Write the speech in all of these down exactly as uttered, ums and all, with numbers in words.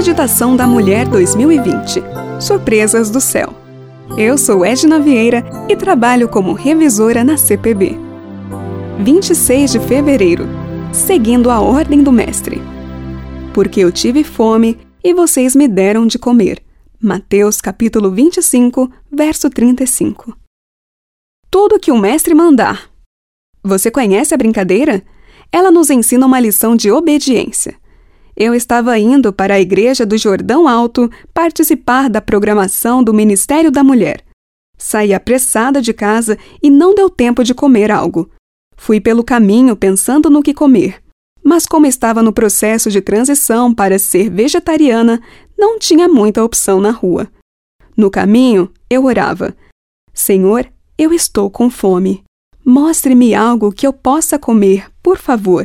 Meditação da Mulher dois mil e vinte. Surpresas do céu. Eu sou Edna Vieira e trabalho como revisora na C P B. vinte e seis de fevereiro. Seguindo a ordem do Mestre. Porque eu tive fome e vocês me deram de comer. Mateus capítulo vinte e cinco, verso trinta e cinco. Tudo que o Mestre mandar. Você conhece a brincadeira? Ela nos ensina uma lição de obediência. Eu estava indo para a Igreja do Jordão Alto participar da programação do Ministério da Mulher. Saí apressada de casa e não deu tempo de comer algo. Fui pelo caminho pensando no que comer. Mas como estava no processo de transição para ser vegetariana, não tinha muita opção na rua. No caminho, eu orava. Senhor, eu estou com fome. Mostre-me algo que eu possa comer, por favor.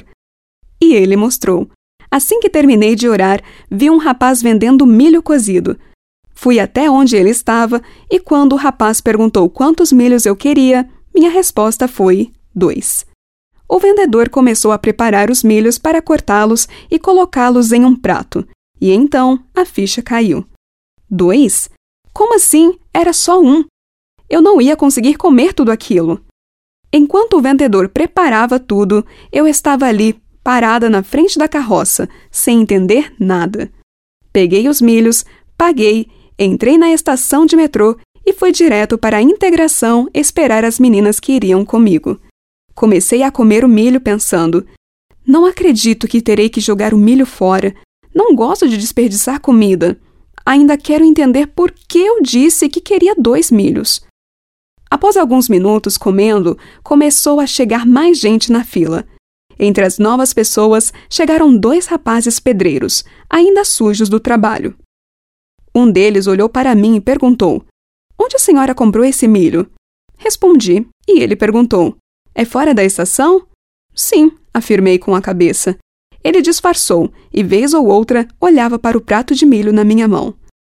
E ele mostrou. Assim que terminei de orar, vi um rapaz vendendo milho cozido. Fui até onde ele estava e quando o rapaz perguntou quantos milhos eu queria, minha resposta foi dois. O vendedor começou a preparar os milhos para cortá-los e colocá-los em um prato. E então a ficha caiu. Dois? Como assim? Era só um. Eu não ia conseguir comer tudo aquilo. Enquanto o vendedor preparava tudo, eu estava ali, parada na frente da carroça, sem entender nada. Peguei os milhos, paguei, entrei na estação de metrô e fui direto para a integração esperar as meninas que iriam comigo. Comecei a comer o milho pensando, não acredito que terei que jogar o milho fora. Não gosto de desperdiçar comida. Ainda quero entender por que eu disse que queria dois milhos. Após alguns minutos comendo, começou a chegar mais gente na fila. Entre as novas pessoas, chegaram dois rapazes pedreiros, ainda sujos do trabalho. Um deles olhou para mim e perguntou, onde a senhora comprou esse milho? Respondi, e ele perguntou, é fora da estação? Sim, afirmei com a cabeça. Ele disfarçou e, vez ou outra, olhava para o prato de milho na minha mão.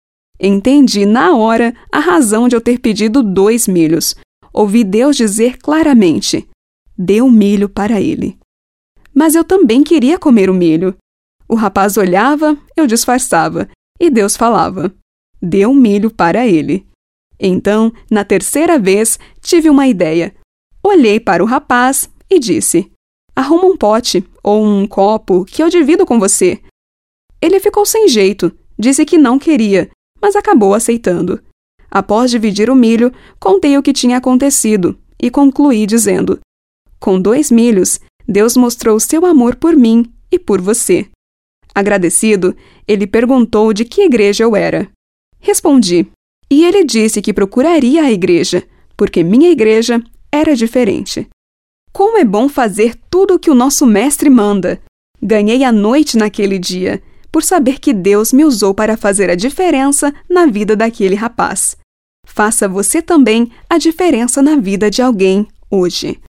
Entendi na hora a razão de eu ter pedido dois milhos. Ouvi Deus dizer claramente, dê o milho para ele. Mas eu também queria comer o milho. O rapaz olhava, eu disfarçava, e Deus falava, dê o milho para ele. Então, na terceira vez, tive uma ideia. Olhei para o rapaz e disse, arruma um pote ou um copo que eu divido com você. Ele ficou sem jeito, disse que não queria, mas acabou aceitando. Após dividir o milho, contei o que tinha acontecido e concluí dizendo, com dois milhos, Deus mostrou seu amor por mim e por você. Agradecido, ele perguntou de que igreja eu era. Respondi, e ele disse que procuraria a igreja, porque minha igreja era diferente. Como é bom fazer tudo o que o nosso mestre manda! Ganhei a noite naquele dia, por saber que Deus me usou para fazer a diferença na vida daquele rapaz. Faça você também a diferença na vida de alguém hoje.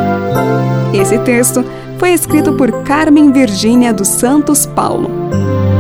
Esse texto foi escrito por Carmen Virgínia dos Santos Paulo.